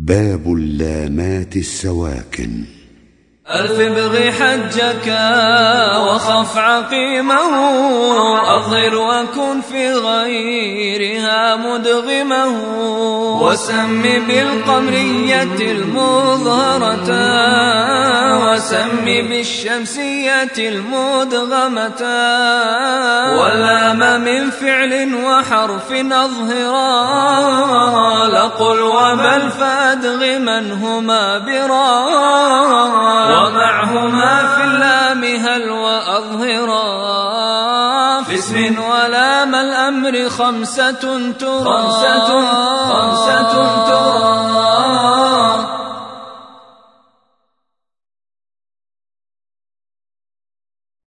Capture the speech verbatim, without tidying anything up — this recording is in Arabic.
باب اللامات السواكن. ألف ابغ حجك وخف عقيمه، أظهر وكن في غيرها مدغمه، وسم بالقمرية المظهرة، وسم بالشمسية المدغمة، واللام من فعل وحرف أظهرا، لقل وبل فأدغمنهما برا، ومعهما في اللام هل وأظهرا، في اسم ولام الأمر خمسة ترى، خمسة, خمسة ترى.